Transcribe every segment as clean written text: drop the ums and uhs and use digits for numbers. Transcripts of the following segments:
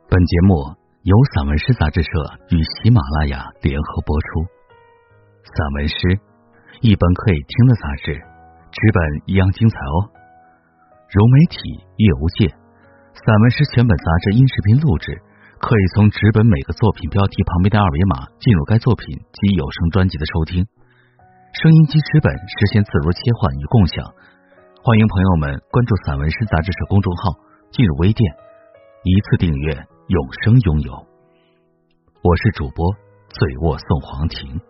本节目由散文诗杂志社与喜马拉雅联合播出。散文诗，一本可以听的杂志，纸本一样精彩哦。融媒体、阅无界，散文诗全本杂志音视频录制，可以从纸本每个作品标题旁边的二维码进入该作品及有声专辑的收听。声音及纸本实现自如切换与共享。欢迎朋友们关注散文诗杂志社公众号，进入微店，一次订阅永生拥有。我是主播醉卧送黄庭。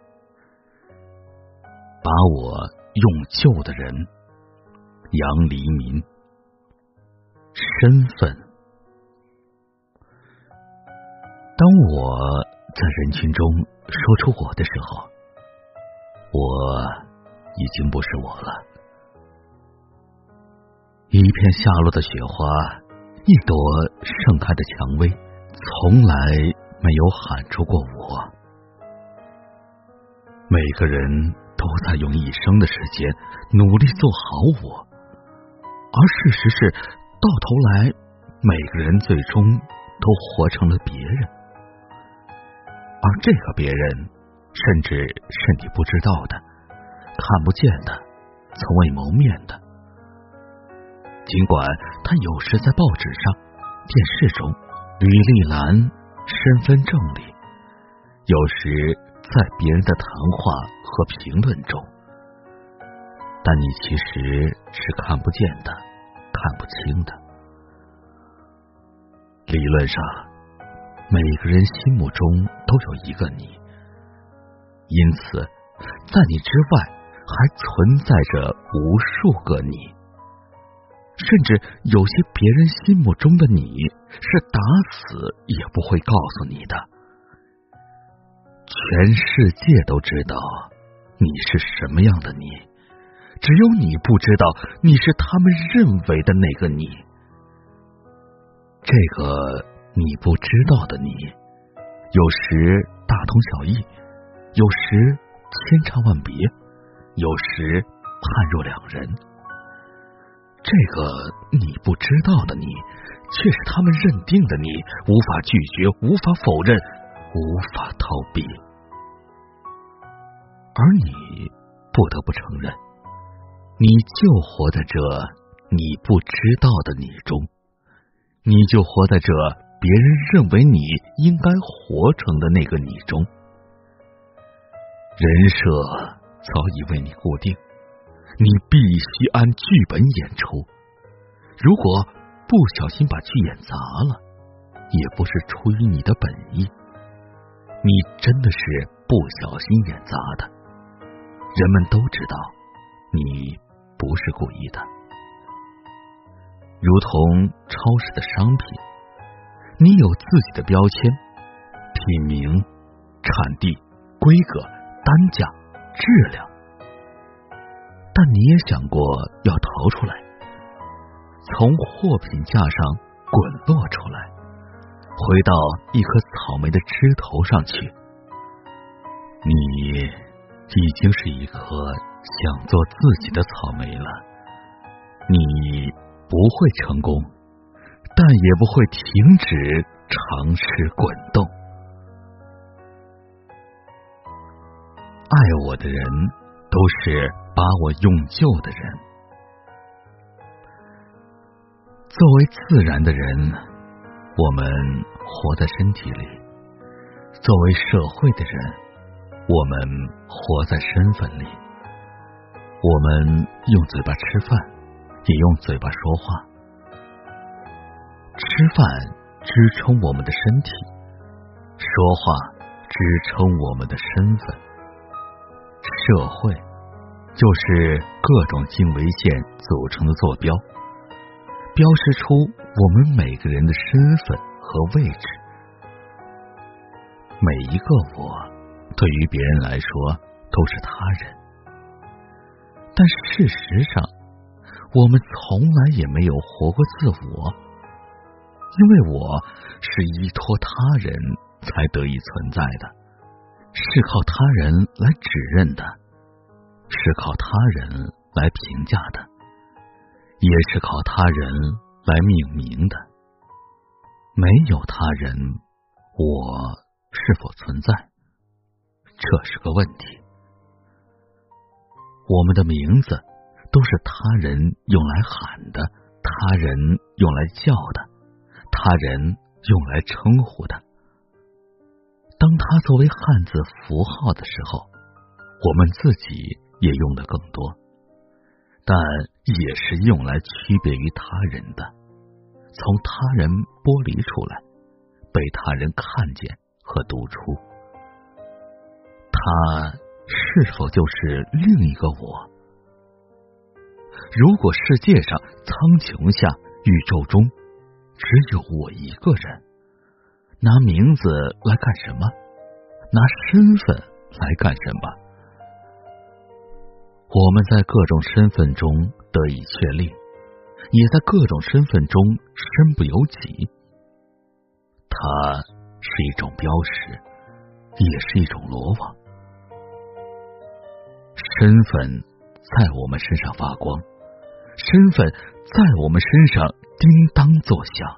把我用旧的人，杨黎民。身份。当我在人群中说出我的时候，我已经不是我了。一片下落的雪花，一朵盛开的蔷薇，从来没有喊出过我。每个人都在用一生的时间努力做好我，而事实是，到头来每个人最终都活成了别人，而这个别人甚至是你不知道的、看不见的、从未谋面的。尽管他有时在报纸上、电视中、履历栏、身份证里，有时在别人的谈话和评论中，但你其实是看不见的、看不清的。理论上，每个人心目中都有一个你，因此在你之外还存在着无数个你，甚至有些别人心目中的你是打死也不会告诉你的。全世界都知道你是什么样的你，只有你不知道你是他们认为的那个你。这个你不知道的你，有时大同小异，有时千差万别，有时判若两人。这个你不知道的你，却是他们认定的你，无法拒绝，无法否认，无法逃避。而你不得不承认，你就活在这你不知道的你中，你就活在这别人认为你应该活成的那个你中。人设早已为你固定，你必须按剧本演出。如果不小心把剧演砸了，也不是出于你的本意，你真的是不小心演砸的。人们都知道你不是故意的。如同超市的商品，你有自己的标签，品名、产地、规格、单价、质量，但你也想过要逃出来，从货品架上滚落出来，回到一棵草莓的枝头上去。你已经是一棵想做自己的草莓了，你不会成功，但也不会停止尝试滚动。爱我的人都是把我用旧的人。作为自然的人，我们活在身体里；作为社会的人，我们活在身份里。我们用嘴巴吃饭，也用嘴巴说话。吃饭支撑我们的身体，说话支撑我们的身份。社会就是各种经纬线组成的坐标，标识出我们每个人的身份和位置。每一个我对于别人来说都是他人，但事实上我们从来也没有活过自我，因为我是依托他人才得以存在的，是靠他人来指认的，是靠他人来评价的，也是靠他人来命名的。 没有他人，我是否存在？这是个问题。我们的名字都是他人用来喊的，他人用来叫的，他人用来称呼的。当它作为汉字符号的时候，我们自己也用的更多，但也是用来区别于他人的，从他人剥离出来，被他人看见和读出。他是否就是另一个我？如果世界上苍穹下宇宙中只有我一个人，拿名字来干什么？拿身份来干什么？我们在各种身份中得以确立，也在各种身份中身不由己。它是一种标识，也是一种罗网。身份在我们身上发光，身份在我们身上叮当作响。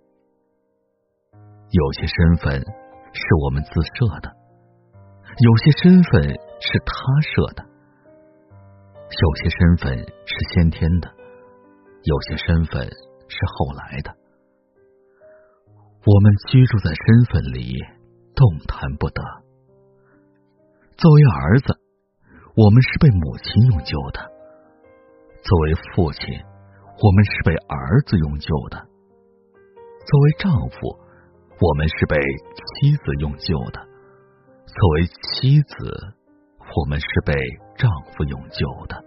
有些身份是我们自设的，有些身份是他设的，有些身份是先天的，有些身份是后来的。我们居住在身份里，动弹不得。作为儿子，我们是被母亲用救的；作为父亲，我们是被儿子用救的；作为丈夫，我们是被妻子用救的；作为妻子，我们是被丈夫用救的。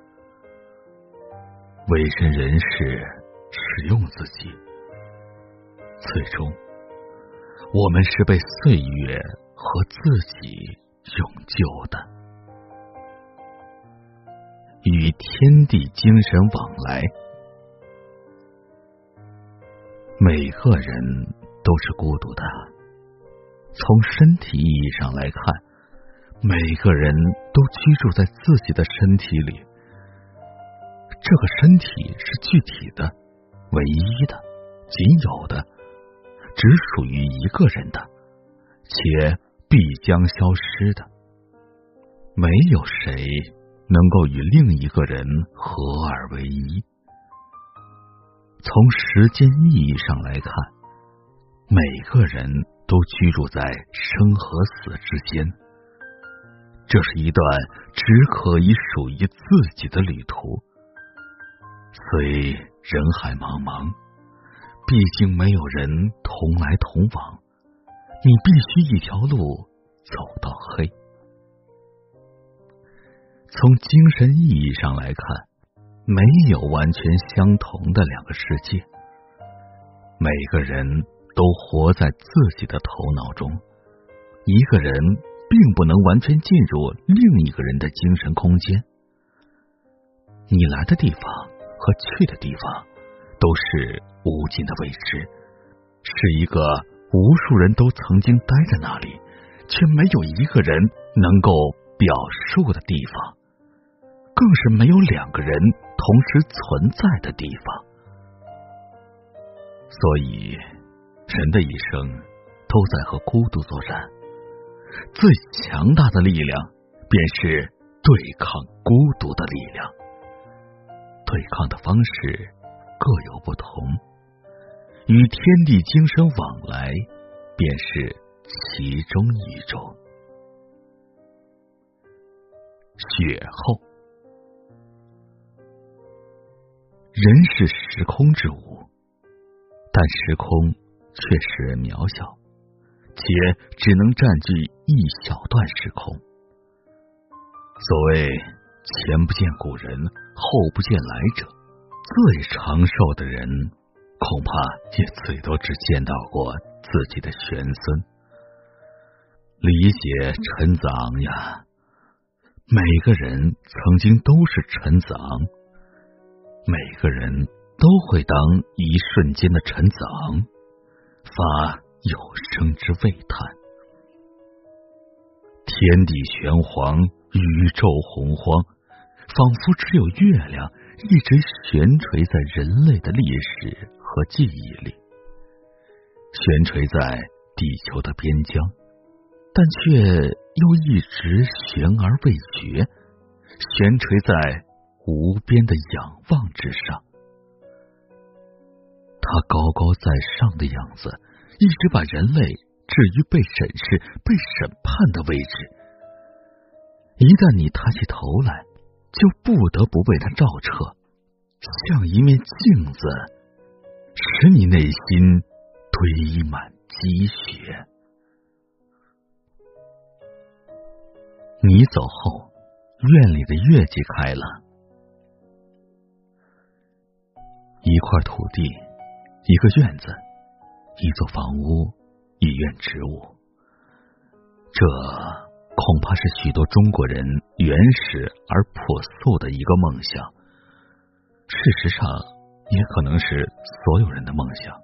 为人人士使用自己，最终我们是被岁月和自己用救的。与天地精神往来，每个人都是孤独的。从身体意义上来看，每个人都居住在自己的身体里。这个身体是具体的、唯一的、仅有的，只属于一个人的，且必将消失的。没有谁能够与另一个人合二为一。从时间意义上来看，每个人都居住在生和死之间。这是一段只可以属于自己的旅途。虽人海茫茫，毕竟没有人同来同往，你必须一条路走到黑。从精神意义上来看，没有完全相同的两个世界。每个人都活在自己的头脑中，一个人并不能完全进入另一个人的精神空间。你来的地方和去的地方都是无尽的未知，是一个无数人都曾经待在那里，却没有一个人能够表述的地方，更是没有两个人同时存在的地方。所以人的一生都在和孤独作战，最强大的力量便是对抗孤独的力量。对抗的方式各有不同，与天地精神往来便是其中一种。雪后，人是时空之物，但时空却使人渺小，且只能占据一小段时空。所谓前不见古人，后不见来者，最长寿的人恐怕也最多只见到过自己的玄孙。理解陈子昂呀，每个人曾经都是陈子昂，每个人都会当一瞬间的陈子昂，发有生之喟叹。天地玄黄，宇宙洪荒，仿佛只有月亮一直悬垂在人类的历史和记忆里。 悬垂在地球的边疆，但却又一直悬而未决，悬垂在无边的仰望之上。它高高在上的样子，一直把人类置于被审视、被审判的位置。一旦你抬起头来，就不得不为它照彻，像一面镜子，使你内心堆满积雪。你走后，院里的月季开了，一块土地，一个院子，一座房屋，一院植物，这恐怕是许多中国人原始而朴素的一个梦想，事实上也可能是所有人的梦想。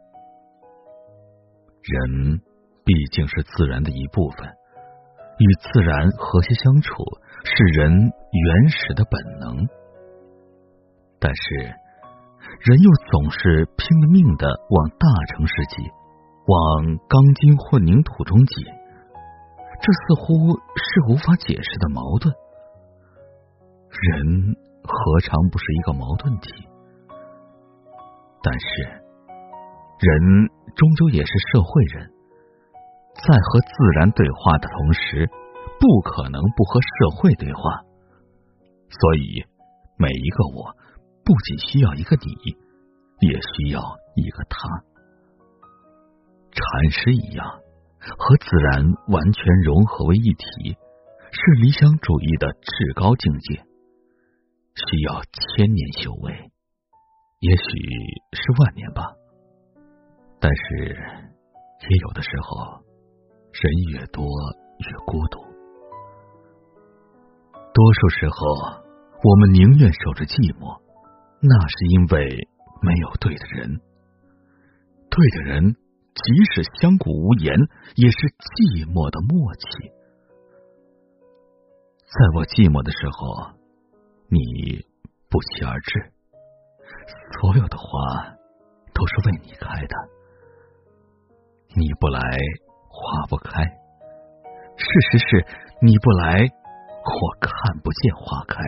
人毕竟是自然的一部分，与自然和谐相处是人原始的本能，但是人又总是拼了命的往大城市挤，往钢筋混凝土中挤，这似乎是无法解释的矛盾。人何尝不是一个矛盾体？但是人终究也是社会人，在和自然对话的同时，不可能不和社会对话。所以每一个我不仅需要一个你，也需要一个他。禅师一样，和自然完全融合为一体，是理想主义的至高境界，需要1000年修为，也许是万年吧。但是也有的时候，人越多越孤独。多数时候，我们宁愿守着寂寞，那是因为没有对的人。对的人即使相顾无言，也是寂寞的默契。在我寂寞的时候，你不期而至，所有的花都是为你开的。你不来，花不开。事实是你不来，我看不见花开。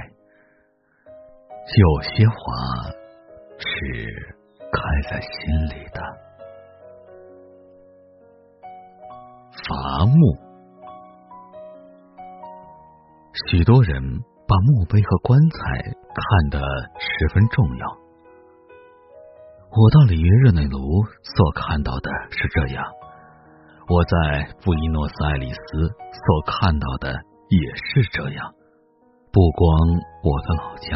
有些花是开在心里的。伐木。许多人把墓碑和棺材看得十分重要。我到里约热内卢所看到的是这样，我在布宜诺斯艾利斯所看到的也是这样。不光我的老家，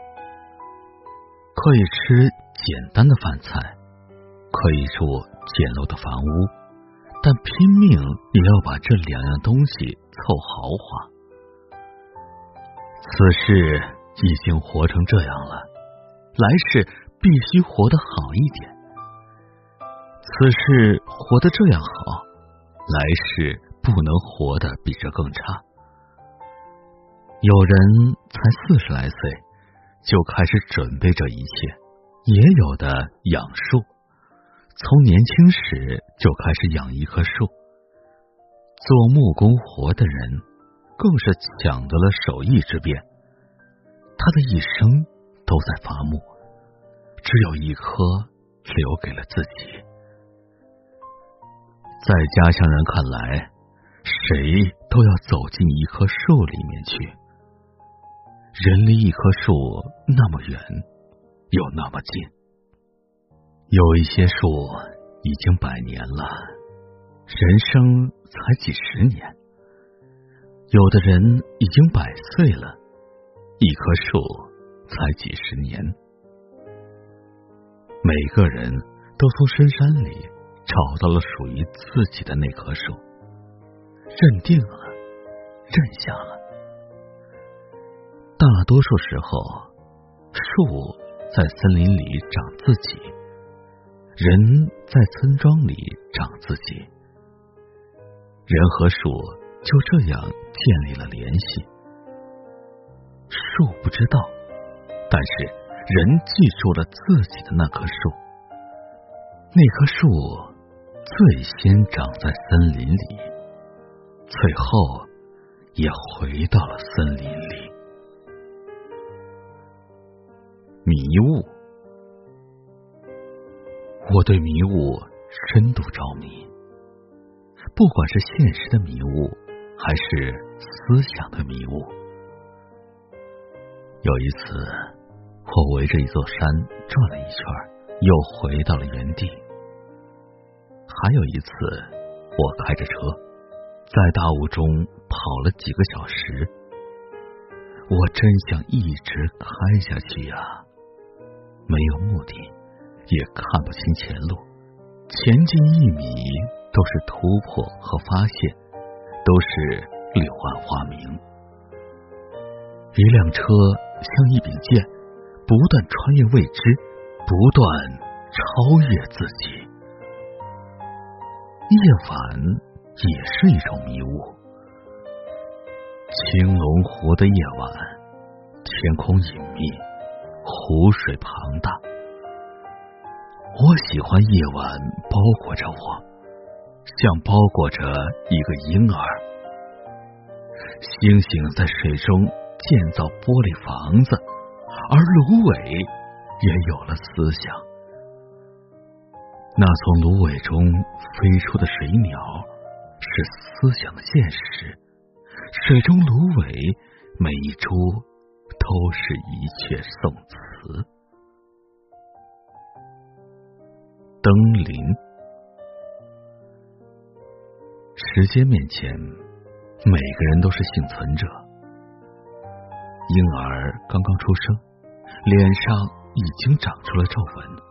可以吃简单的饭菜，可以住简陋的房屋，但拼命也要把这2样东西凑豪华。此事已经活成这样了，来世必须活得好一点。此事活得这样好，来世不能活得比这更差。有人才40来岁就开始准备这一切，也有的养树，从年轻时就开始养一棵树。做木工活的人更是抢得了手艺之便，他的一生都在伐木，只有一棵留给了自己。在家乡人看来，谁都要走进一棵树里面去。人离一棵树那么远，又那么近。有一些树已经100年了，人生才几十年。有的人已经100岁了，一棵树才几十年。每个人都从深山里找到了属于自己的那棵树，认定了，认下了。大多数时候，树在森林里长自己，人在村庄里长自己。人和树就这样建立了联系。树不知道，但是人记住了自己的那棵树，那棵树最先长在森林里，最后也回到了森林里。迷雾，我对迷雾深度着迷，不管是现实的迷雾，还是思想的迷雾。有一次，我围着一座山转了一圈，又回到了原地。还有一次，我开着车在大雾中跑了几个小时，我真想一直开下去呀，没有目的，也看不清前路，前进1米都是突破和发现，都是柳暗花明。一辆车像一柄剑，不断穿越未知，不断超越自己。夜晚也是一种迷雾，青龙湖的夜晚，天空隐秘，湖水庞大。我喜欢夜晚包裹着我，像包裹着一个婴儿。星星在水中建造玻璃房子，而芦苇也有了思想。那从芦苇中飞出的水鸟是思想的现实，水中芦苇每一株都是一阙宋词。登临，时间面前，每个人都是幸存者。婴儿刚刚出生，脸上已经长出了皱纹。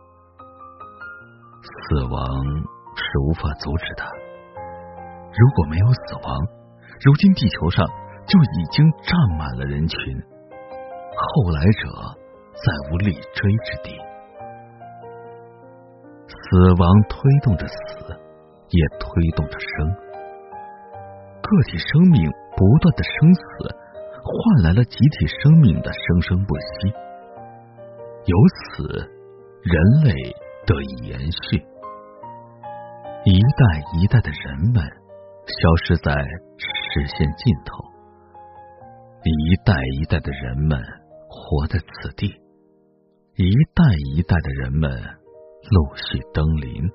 死亡是无法阻止的，如果没有死亡，如今地球上就已经站满了人群，后来者再无立锥之地。死亡推动着死，也推动着生，个体生命不断的生死，换来了集体生命的生生不息，由此人类得以延续。一代一代的人们消失在视线尽头，一代一代的人们活在此地，一代一代的人们陆续登临。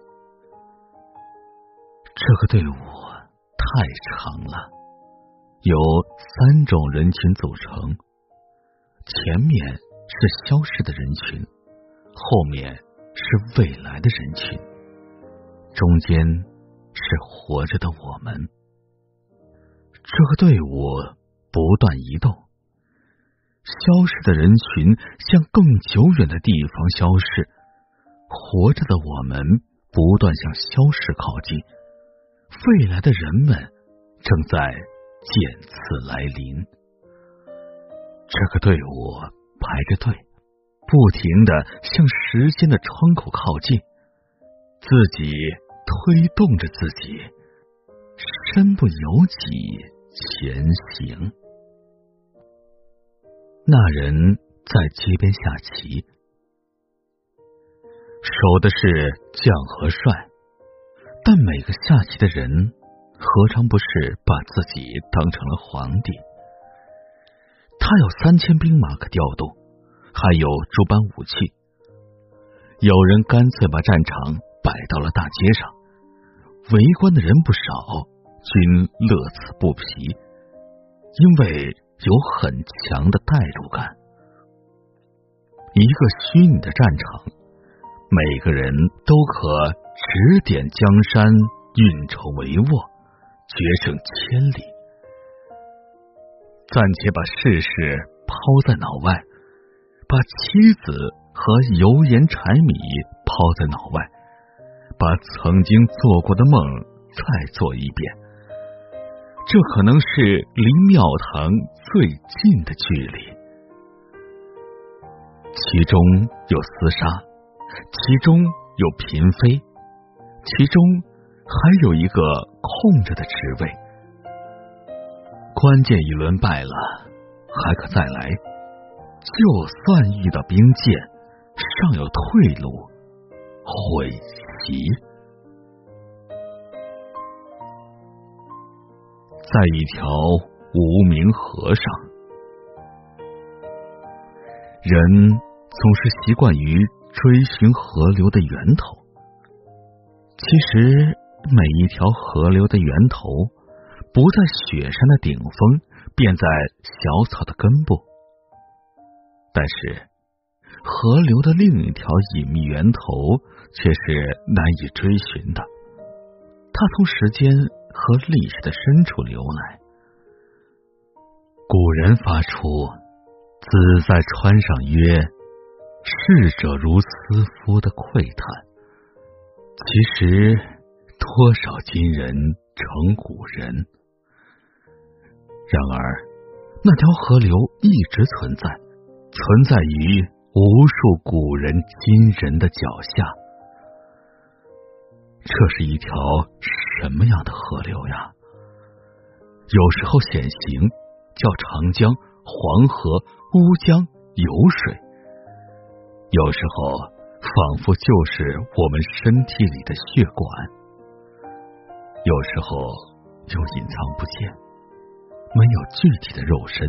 这个队伍太长了，由3种人群组成，前面是消失的人群，后面是未来的人群，中间是活着的我们。这个队伍不断移动，消失的人群向更久远的地方消失，活着的我们不断向消失靠近，未来的人们正在渐次来临。这个队伍排着队，不停地向时间的窗口靠近，自己推动着自己，身不由己前行。那人在街边下棋，守的是将和帅，但每个下棋的人何尝不是把自己当成了皇帝？他有3000兵马可调动，还有诸般武器。有人干脆把战场摆到了大街上，围观的人不少，均乐此不疲，因为有很强的代入感。一个虚拟的战场，每个人都可指点江山，运筹帷幄，决胜千里。暂且把世事抛在脑外，把妻子和油盐柴米抛在脑外，把曾经做过的梦再做一遍。这可能是离庙堂最近的距离。其中有厮杀，其中有嫔妃，其中还有一个空着的职位。关键一轮败了，还可再来。就算遇到兵谏，尚有退路，悔棋。 在一条无名河上。人总是习惯于追寻河流的源头，其实每一条河流的源头不在雪山的顶峰，便在小草的根部。但是河流的另一条隐秘源头却是难以追寻的，它从时间和历史的深处流来。古人发出子在川上曰，逝者如斯夫的喟叹，其实多少今人成古人。然而那条河流一直存在，存在于无数古人今人的脚下。这是一条什么样的河流呀？有时候显形，叫长江、黄河、乌江、颍水，有时候仿佛就是我们身体里的血管，有时候又隐藏不见，没有具体的肉身。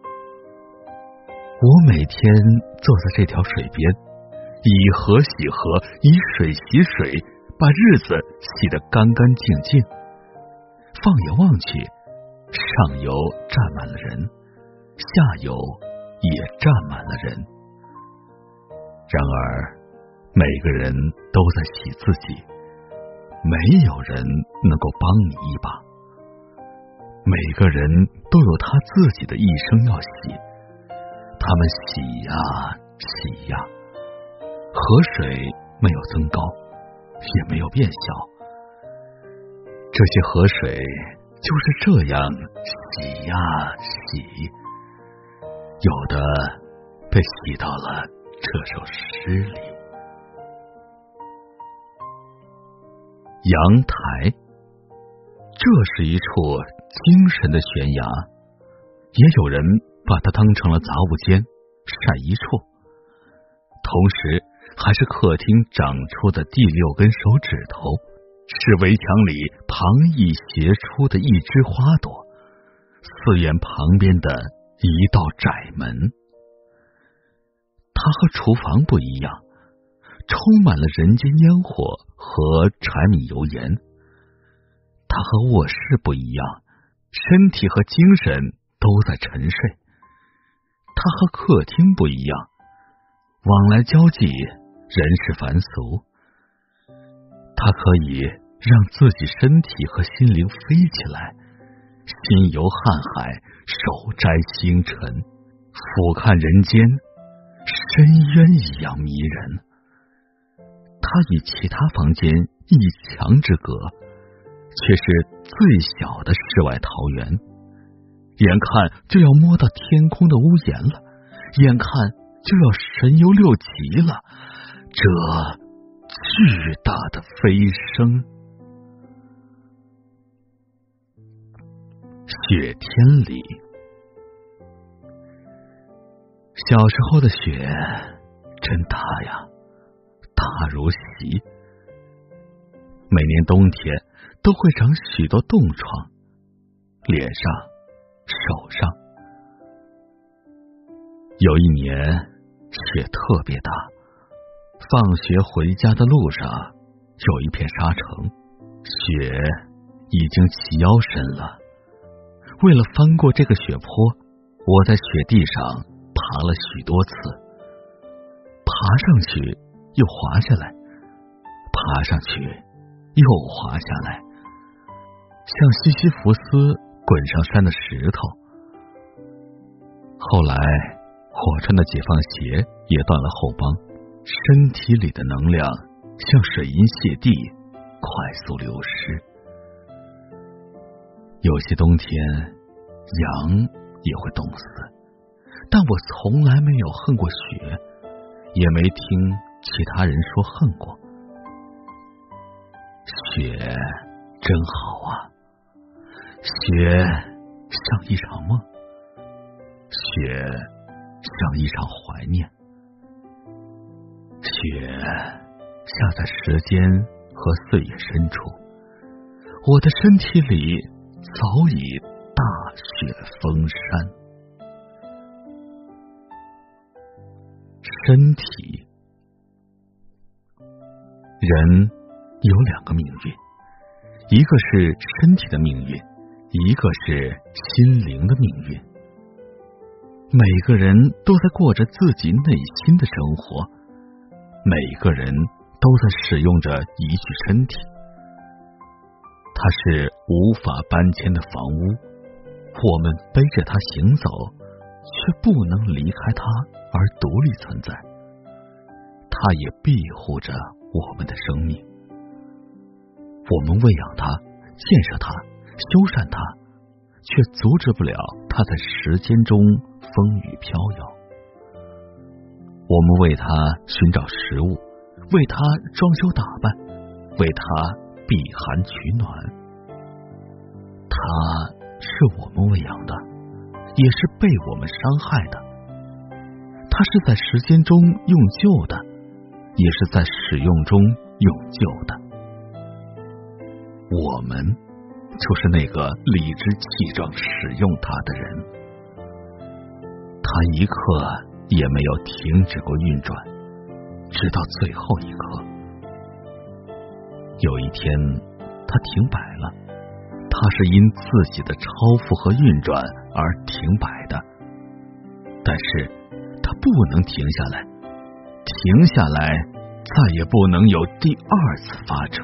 我每天坐在这条水边，以河洗河，以水洗水，把日子洗得干干净净。放眼望去，上游站满了人，下游也站满了人。然而每个人都在洗自己，没有人能够帮你一把。每个人都有他自己的一生要洗，他们洗呀洗呀，河水没有增高，也没有变小，这些河水就是这样洗呀洗，有的被洗到了这首诗里。阳台，这是一处精神的悬崖，也有人把它当成了杂物间、晒衣处，同时还是客厅长出的第6根手指头，是围墙里旁逸斜出的一枝花朵，寺院旁边的一道窄门。它和厨房不一样，充满了人间烟火和柴米油盐。它和卧室不一样，身体和精神都在沉睡。它和客厅不一样，往来交际，人世凡俗。它可以让自己身体和心灵飞起来，心游瀚海，手摘星辰，俯瞰人间，深渊一样迷人。它与其他房间一墙之隔，却是最小的世外桃源，眼看就要摸到天空的屋檐了，眼看就要神游6极了，这巨大的飞升。雪天里，小时候的雪真大呀，大如席。每年冬天都会长许多冻疮，脸上、手上。有一年雪特别大，放学回家的路上有一片沙城，雪已经齐腰深了。为了翻过这个雪坡，我在雪地上爬了许多次，爬上去又滑下来，爬上去又滑下来，像西西弗斯滚上山的石头。后来我穿的解放鞋也断了后帮，身体里的能量像水银泻地，快速流失。有些冬天羊也会冻死，但我从来没有恨过雪，也没听其他人说恨过。雪真好啊，雪像一场梦，雪像一场怀念，雪下在时间和岁月深处，我的身体里早已大雪封山。身体，人有两个命运，一个是身体的命运，一个是心灵的命运。每个人都在过着自己内心的生活，每个人都在使用着一具身体。它是无法搬迁的房屋，我们背着它行走，却不能离开它而独立存在。它也庇护着我们的生命，我们喂养它，建设它，修缮它，却阻止不了它在时间中风雨飘摇。我们为它寻找食物，为它装修打扮，为它避寒取暖。它是我们喂养的，也是被我们伤害的。它是在时间中用旧的，也是在使用中用旧的。我们就是那个理直气壮使用它的人。它一刻也没有停止过运转，直到最后一刻。有一天，它停摆了，它是因自己的超负荷运转而停摆的。但是，它不能停下来，停下来，再也不能有第二次发车。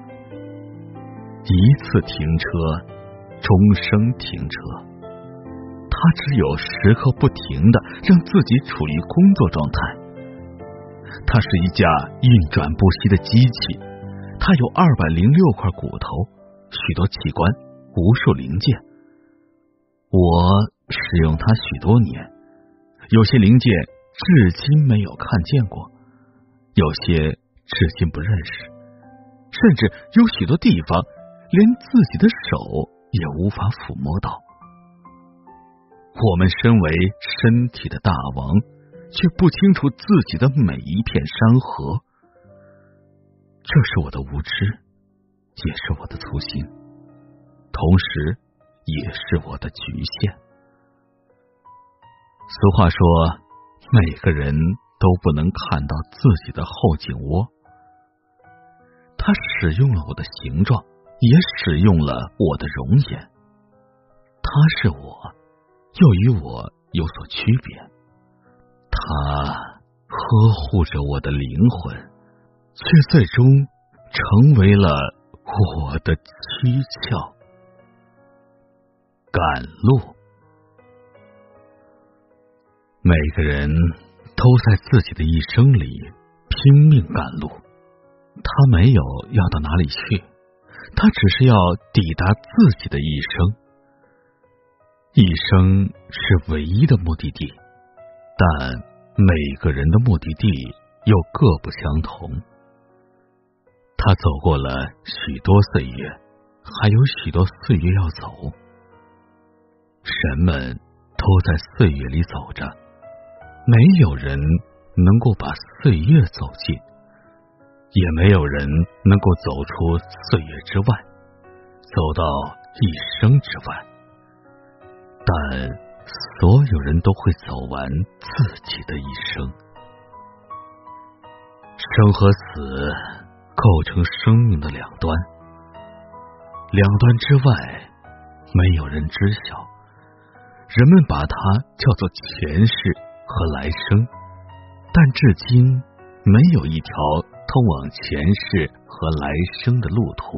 一次停车，终生停车。它只有时刻不停的让自己处于工作状态。它是一架运转不息的机器，它有206块骨头，许多器官，无数零件。我使用它许多年，有些零件至今没有看见过，有些至今不认识，甚至有许多地方连自己的手也无法抚摸到。我们身为身体的大王，却不清楚自己的每一片山河。这是我的无知，也是我的粗心，同时也是我的局限。俗话说，每个人都不能看到自己的后颈窝。它使用了我的形状，也使用了我的容颜。它是我，又与我有所区别。它呵护着我的灵魂，却最终成为了我的躯壳。赶路，每个人都在自己的一生里拼命赶路。他没有要到哪里去，他只是要抵达自己的一生。一生是唯一的目的地，但每个人的目的地又各不相同。他走过了许多岁月，还有许多岁月要走。人们都在岁月里走着，没有人能够把岁月走尽，也没有人能够走出岁月之外，走到一生之外。但所有人都会走完自己的一生。生和死构成生命的两端，两端之外没有人知晓。人们把它叫做前世和来生，但至今没有一条通往前世和来生的路途。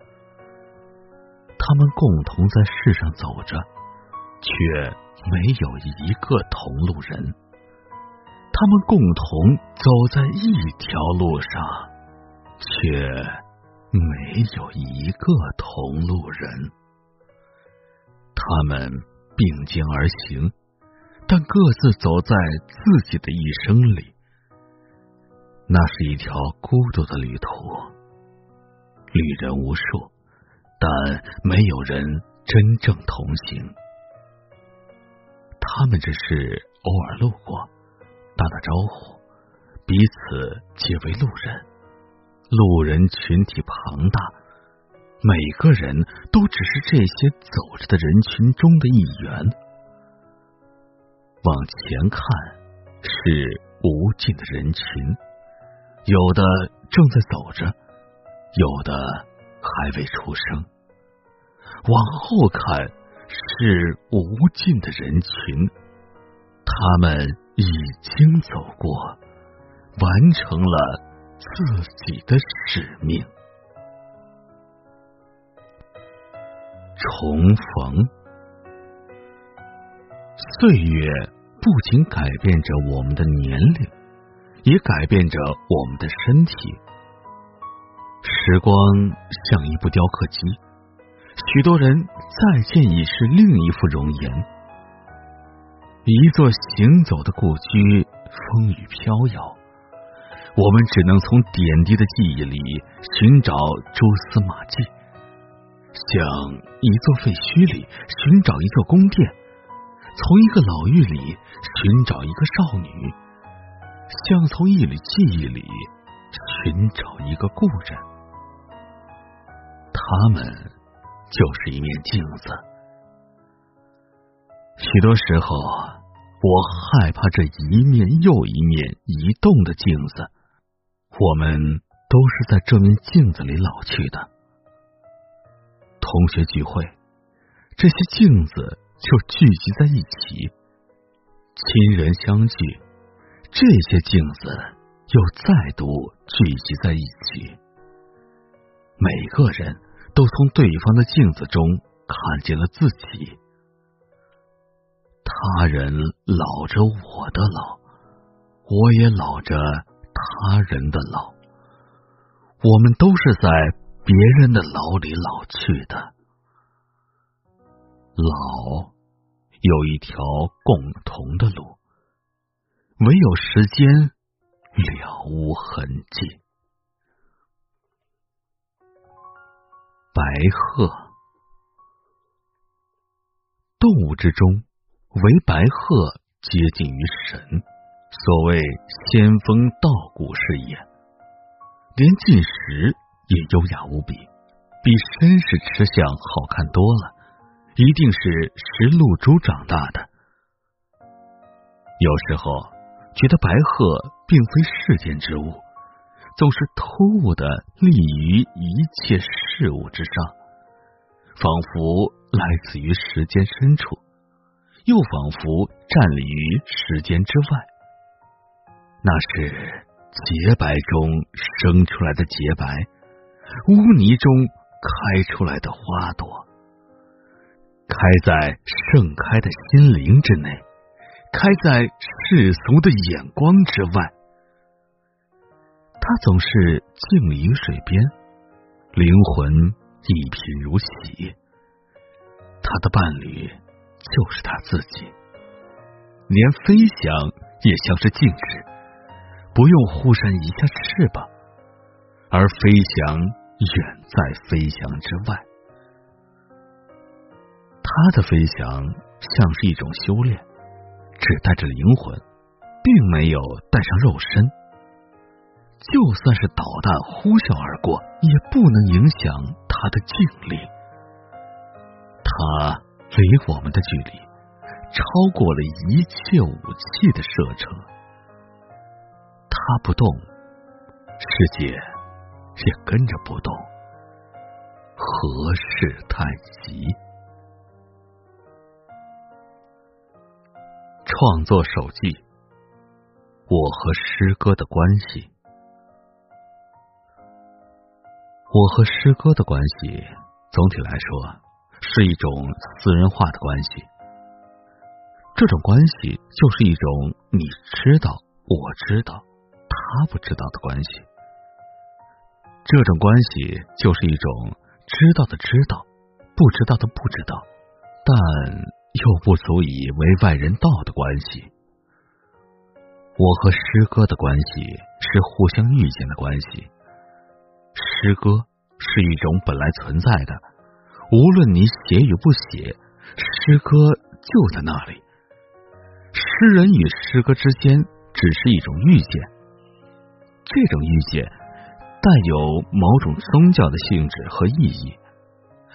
他们共同在世上走着，却没有一个同路人。他们共同走在一条路上，却没有一个同路人。他们并肩而行，但各自走在自己的一生里。那是一条孤独的旅途，旅人无数，但没有人真正同行。他们只是偶尔路过，打打招呼，彼此皆为路人。路人群体庞大， 每个人都只是这些走着的人群中的一员。往前看是无尽的人群，有的正在走着，有的还未出生。往后看是无尽的人群，他们已经走过，完成了自己的使命。重逢，岁月不仅改变着我们的年龄，也改变着我们的身体。时光像一部雕刻机，许多人再见已是另一副容颜。一座行走的故居，风雨飘摇，我们只能从点滴的记忆里寻找蛛丝马迹，像一座废墟里寻找一座宫殿，从一个老狱里寻找一个少女，像从一缕记忆里寻找一个故人。他们就是一面镜子。许多时候，我害怕这一面又一面移动的镜子，我们都是在这面镜子里老去的。同学聚会，这些镜子就聚集在一起；亲人相聚，这些镜子又再度聚集在一起。每个人都从对方的镜子中看见了自己。他人老着我的老，我也老着他人的老，我们都是在别人的老里老去的。老有一条共同的路，唯有时间了无痕迹。白鹤，动物之中，唯白鹤接近于神，所谓仙风道骨是也。连进食也优雅无比，比绅士吃相好看多了，一定是食露珠长大的。有时候觉得白鹤并非世间之物，总是突兀的立于一切事物之上，仿佛来自于时间深处，又仿佛站立于时间之外。那是洁白中生出来的洁白，污泥中开出来的花朵，开在盛开的心灵之内，开在世俗的眼光之外。他总是静立于水边，灵魂一贫如洗。他的伴侣就是他自己，连飞翔也像是静止，不用忽扇一下翅膀，而飞翔远在飞翔之外。他的飞翔像是一种修炼，只带着灵魂，并没有带上肉身。就算是导弹呼啸而过，也不能影响他的静力。他离我们的距离超过了一切武器的射程。他不动，世界也跟着不动，何事太急？创作手记，我和诗歌的关系。我和诗歌的关系，总体来说是一种私人化的关系。这种关系就是一种你知道我知道他不知道的关系。这种关系就是一种知道的知道，不知道的不知道，但又不足以为外人道的关系。我和诗歌的关系是互相遇见的关系。诗歌是一种本来存在的，无论你写与不写，诗歌就在那里。诗人与诗歌之间只是一种遇见，这种遇见带有某种宗教的性质和意义，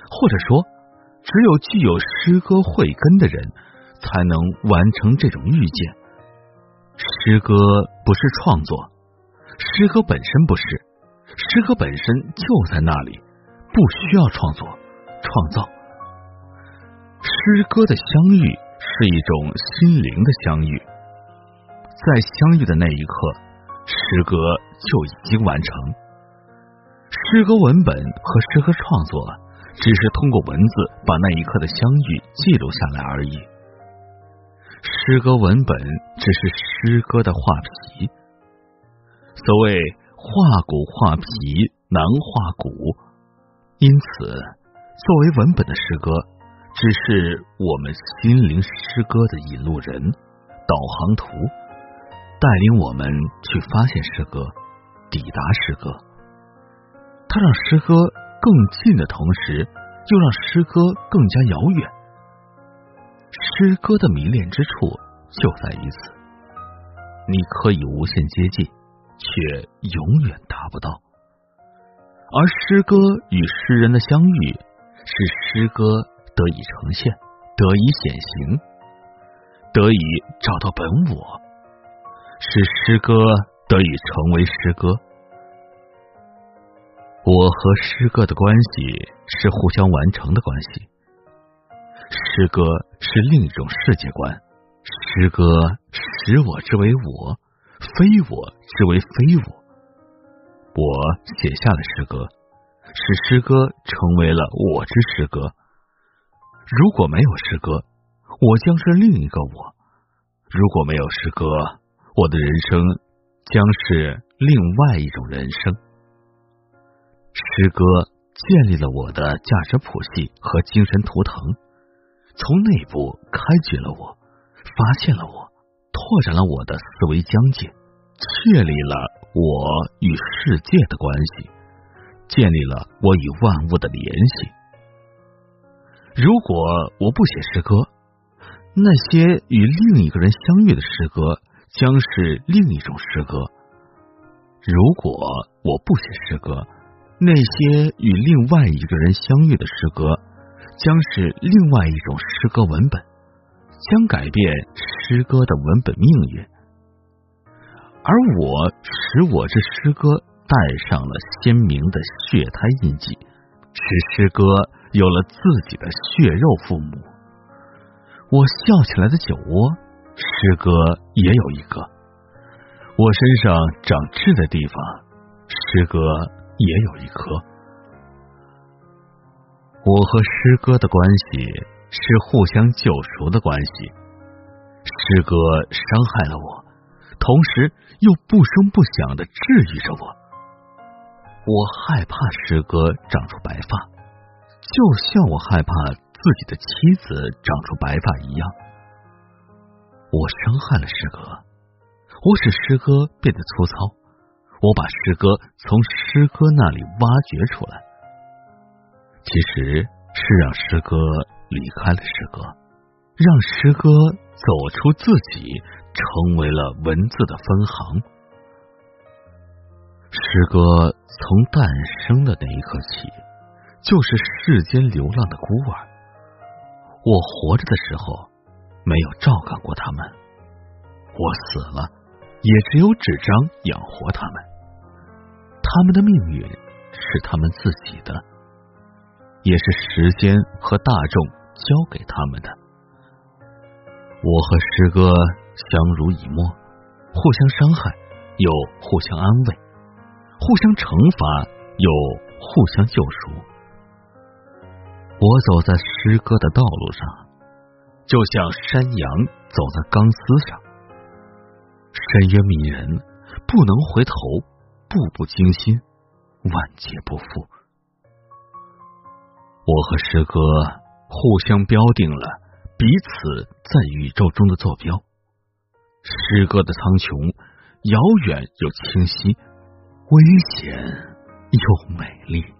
或者说，只有具有诗歌慧根的人才能完成这种遇见。诗歌不是创作，诗歌本身不是，诗歌本身就在那里，不需要创作创造。诗歌的相遇是一种心灵的相遇，在相遇的那一刻，诗歌就已经完成。诗歌文本和诗歌创作只是通过文字把那一刻的相遇记录下来而已。诗歌文本只是诗歌的画皮，所谓画骨画皮难画骨，因此作为文本的诗歌只是我们心灵诗歌的引路人、导航图，带领我们去发现诗歌，抵达诗歌。它让诗歌更近的同时，又让诗歌更加遥远。诗歌的迷恋之处就在于此，你可以无限接近，却永远达不到。而诗歌与诗人的相遇，是诗歌得以呈现，得以显形，得以找到本我，使诗歌得以成为诗歌。我和诗歌的关系是互相完成的关系。诗歌是另一种世界观，诗歌使我之为我，非我之为非我。我写下了诗歌，使诗歌成为了我之诗歌。如果没有诗歌，我将是另一个我；如果没有诗歌，我的人生将是另外一种人生。诗歌建立了我的价值谱系和精神图腾，从内部开掘了我，发现了我，拓展了我的思维疆界，确立了我与世界的关系，建立了我与万物的联系。如果我不写诗歌，那些与另一个人相遇的诗歌将是另一种诗歌；如果我不写诗歌，那些与另外一个人相遇的诗歌将是另外一种诗歌文本，将改变诗歌的文本命运。而我使我之诗歌带上了鲜明的血胎印记，使诗歌有了自己的血肉父母。我笑起来的酒窝，诗歌也有一个；我身上长痣的地方，诗歌也有一颗。我和诗歌的关系是互相救赎的关系。诗歌伤害了我，同时又不声不响地治愈着我。我害怕诗歌长出白发，就像我害怕自己的妻子长出白发一样。我伤害了诗歌，我使诗歌变得粗糙，我把诗歌从诗歌那里挖掘出来。其实是让诗歌离开了诗歌，让诗歌走出自己，成为了文字的分行。诗歌从诞生的那一刻起，就是世间流浪的孤儿。我活着的时候没有照看过他们，我死了也只有纸张养活他们。他们的命运是他们自己的，也是时间和大众交给他们的。我和诗歌相濡以沫，互相伤害，又互相安慰，互相惩罚，又互相救赎。我走在诗歌的道路上，就像山羊走在钢丝上，深渊迷人，不能回头，步步惊心，万劫不复。我和诗歌互相标定了彼此在宇宙中的坐标。诗歌的苍穹遥远又清晰，危险又美丽。